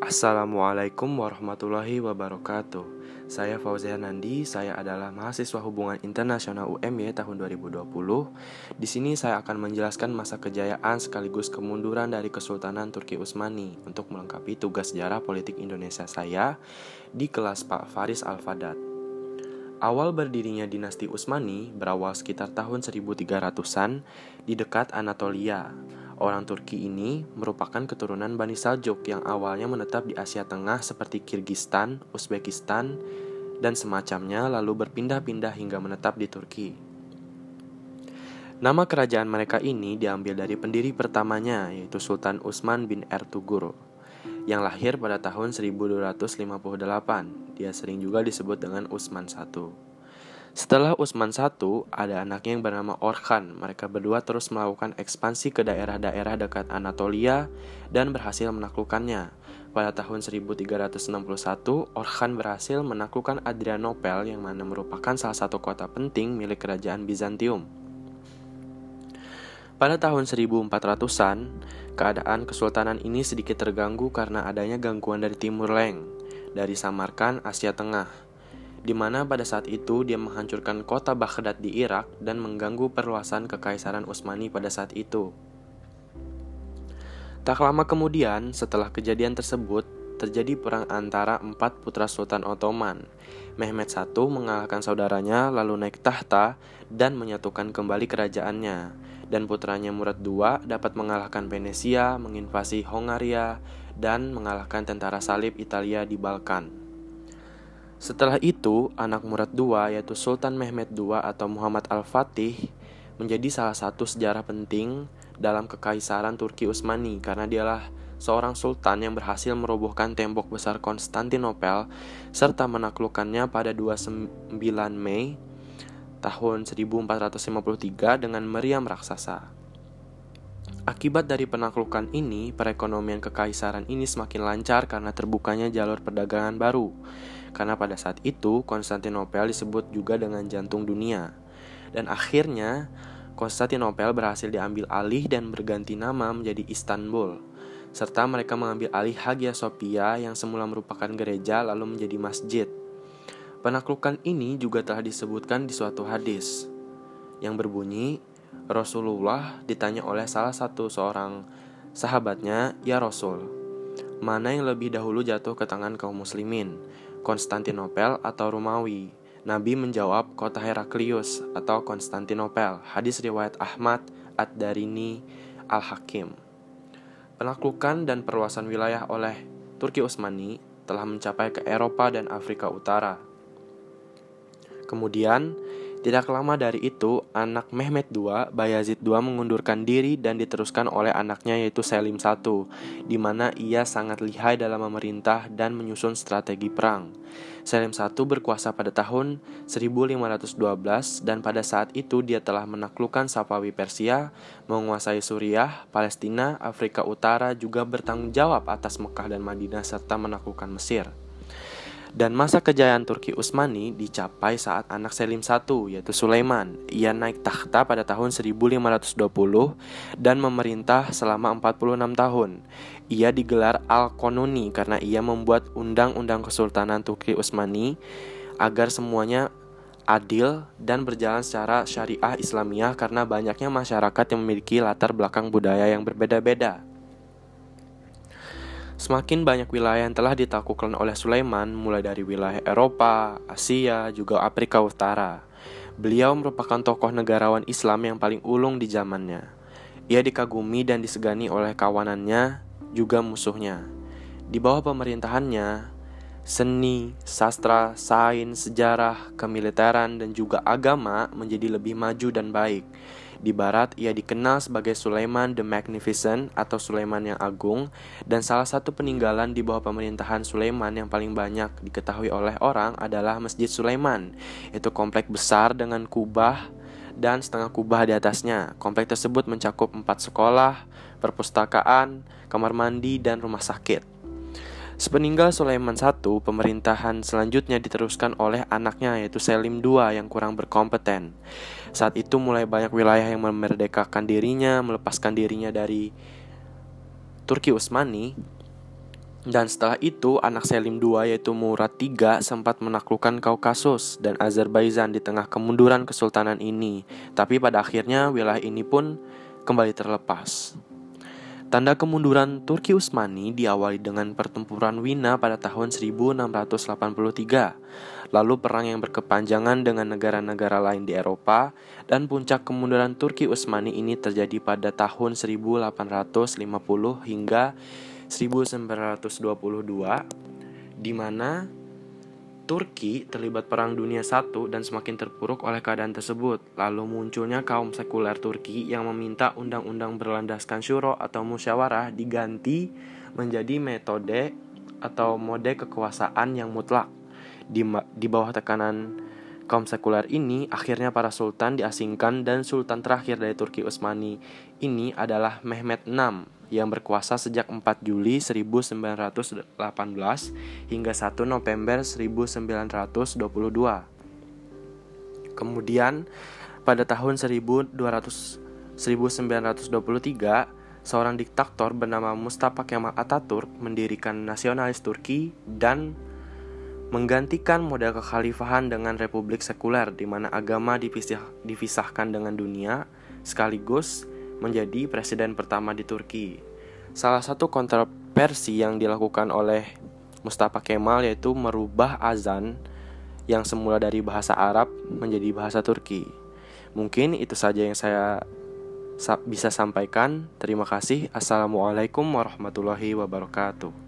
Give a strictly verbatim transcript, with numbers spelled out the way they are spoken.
Assalamualaikum warahmatullahi wabarakatuh. Saya Fauzian Nandi, saya adalah mahasiswa Hubungan Internasional U M Y tahun dua ribu dua puluh. Di sini saya akan menjelaskan masa kejayaan sekaligus kemunduran dari Kesultanan Turki Utsmani untuk melengkapi tugas sejarah politik Indonesia saya di kelas Pak Faris Al-Fadat. Awal berdirinya dinasti Utsmani berawal sekitar tahun seribu tiga ratusan di dekat Anatolia. Orang Turki ini merupakan keturunan Bani Saljuk yang awalnya menetap di Asia Tengah seperti Kirgistan, Uzbekistan, dan semacamnya lalu berpindah-pindah hingga menetap di Turki. Nama kerajaan mereka ini diambil dari pendiri pertamanya yaitu Sultan Utsman bin Ertugrul yang lahir pada tahun seribu dua ratus lima puluh delapan. Dia sering juga disebut dengan Utsman I. Setelah Utsman I, ada anaknya yang bernama Orkhan. Mereka berdua terus melakukan ekspansi ke daerah-daerah dekat Anatolia dan berhasil menaklukkannya. Pada tahun seribu tiga ratus enam puluh satu, Orkhan berhasil menaklukkan Adrianople yang mana merupakan salah satu kota penting milik kerajaan Bizantium. Pada tahun seribu empat ratusan, keadaan kesultanan ini sedikit terganggu karena adanya gangguan dari Timur Leng, dari Samarkand, Asia Tengah, di mana pada saat itu dia menghancurkan kota Baghdad di Irak dan mengganggu perluasan Kekaisaran Utsmani pada saat itu. Tak lama kemudian, setelah kejadian tersebut, terjadi perang antara empat putra Sultan Ottoman. Mehmed I mengalahkan saudaranya lalu naik tahta dan menyatukan kembali kerajaannya. Dan putranya Murad kedua dapat mengalahkan Venesia, menginvasi Hongaria, dan mengalahkan tentara salib Italia di Balkan. Setelah itu, anak Murad kedua yaitu Sultan Mehmed kedua atau Muhammad Al-Fatih menjadi salah satu sejarah penting dalam Kekaisaran Turki Utsmani karena dialah seorang sultan yang berhasil merobohkan tembok besar Konstantinopel serta menaklukkannya pada dua puluh sembilan Mei tahun seribu empat ratus lima puluh tiga dengan meriam raksasa. Akibat dari penaklukan ini, perekonomian kekaisaran ini semakin lancar karena terbukanya jalur perdagangan baru. Karena pada saat itu, Konstantinopel disebut juga dengan jantung dunia. Dan akhirnya, Konstantinopel berhasil diambil alih dan berganti nama menjadi Istanbul. Serta mereka mengambil alih Hagia Sophia yang semula merupakan gereja lalu menjadi masjid. Penaklukan ini juga telah disebutkan di suatu hadis yang berbunyi, Rasulullah ditanya oleh salah satu seorang sahabatnya, "Ya Rasul, mana yang lebih dahulu jatuh ke tangan kaum muslimin, Konstantinopel atau Romawi?" Nabi menjawab, "Kota Heraklius atau Konstantinopel." Hadis riwayat Ahmad, Ad-Darini, Al-Hakim. Penaklukan dan perluasan wilayah oleh Turki Utsmani telah mencapai ke Eropa dan Afrika Utara. Kemudian, tidak lama dari itu, anak Mehmed kedua, Bayazid kedua mengundurkan diri dan diteruskan oleh anaknya yaitu Selim I, di mana ia sangat lihai dalam memerintah dan menyusun strategi perang. Selim I berkuasa pada tahun seribu lima ratus dua belas dan pada saat itu dia telah menaklukkan Safawi Persia, menguasai Suriah, Palestina, Afrika Utara, juga bertanggung jawab atas Mekah dan Madinah serta menaklukkan Mesir. Dan masa kejayaan Turki Utsmani dicapai saat anak Selim I, yaitu Sulaiman. Ia naik takhta pada tahun seribu lima ratus dua puluh dan memerintah selama empat puluh enam tahun. Ia digelar Al-Qanuni karena ia membuat undang-undang Kesultanan Turki Utsmani agar semuanya adil dan berjalan secara syariah Islamiyah karena banyaknya masyarakat yang memiliki latar belakang budaya yang berbeda-beda. Semakin banyak wilayah yang telah ditaklukkan oleh Sulaiman, mulai dari wilayah Eropa, Asia, juga Afrika Utara. Beliau merupakan tokoh negarawan Islam yang paling ulung di zamannya. Ia dikagumi dan disegani oleh kawanannya, juga musuhnya. Di bawah pemerintahannya, seni, sastra, sains, sejarah, kemiliteran, dan juga agama menjadi lebih maju dan baik. Di barat, ia dikenal sebagai Sulaiman the Magnificent atau Sulaiman yang Agung, dan salah satu peninggalan di bawah pemerintahan Sulaiman yang paling banyak diketahui oleh orang adalah Masjid Sulaiman. Itu komplek besar dengan kubah dan setengah kubah di atasnya. Komplek tersebut mencakup empat sekolah, perpustakaan, kamar mandi, dan rumah sakit. Sepeninggal Sulaiman I, pemerintahan selanjutnya diteruskan oleh anaknya yaitu Selim kedua yang kurang berkompeten. Saat itu mulai banyak wilayah yang memerdekakan dirinya, melepaskan dirinya dari Turki Utsmani. Dan setelah itu anak Selim kedua yaitu Murad tiga sempat menaklukkan Kaukasus dan Azerbaijan di tengah kemunduran kesultanan ini. Tapi pada akhirnya wilayah ini pun kembali terlepas. Tanda kemunduran Turki Utsmani diawali dengan pertempuran Wina pada tahun seribu enam ratus delapan puluh tiga. Lalu perang yang berkepanjangan dengan negara-negara lain di Eropa, dan puncak kemunduran Turki Utsmani ini terjadi pada tahun seribu delapan ratus lima puluh hingga seribu sembilan ratus dua puluh dua, di mana Turki terlibat Perang Dunia satu dan semakin terpuruk oleh keadaan tersebut. Lalu munculnya kaum sekuler Turki yang meminta undang-undang berlandaskan syuro atau musyawarah diganti menjadi metode atau mode kekuasaan yang mutlak. Di, di bawah tekanan kaum sekuler ini, akhirnya para sultan diasingkan dan sultan terakhir dari Turki Utsmani ini adalah Mehmet enam yang berkuasa sejak empat Juli seribu sembilan ratus delapan belas hingga satu November seribu sembilan ratus dua puluh dua. Kemudian pada tahun seribu sembilan ratus dua puluh tiga, seorang diktator bernama Mustafa Kemal Atatürk mendirikan nasionalis Turki dan menggantikan model kekhalifahan dengan republik sekuler di mana agama dipisah, dipisahkan dengan dunia, sekaligus menjadi presiden pertama di Turki. Salah satu kontroversi yang dilakukan oleh Mustafa Kemal yaitu merubah azan yang semula dari bahasa Arab menjadi bahasa Turki. Mungkin itu saja yang saya bisa sampaikan. Terima kasih. Assalamualaikum warahmatullahi wabarakatuh.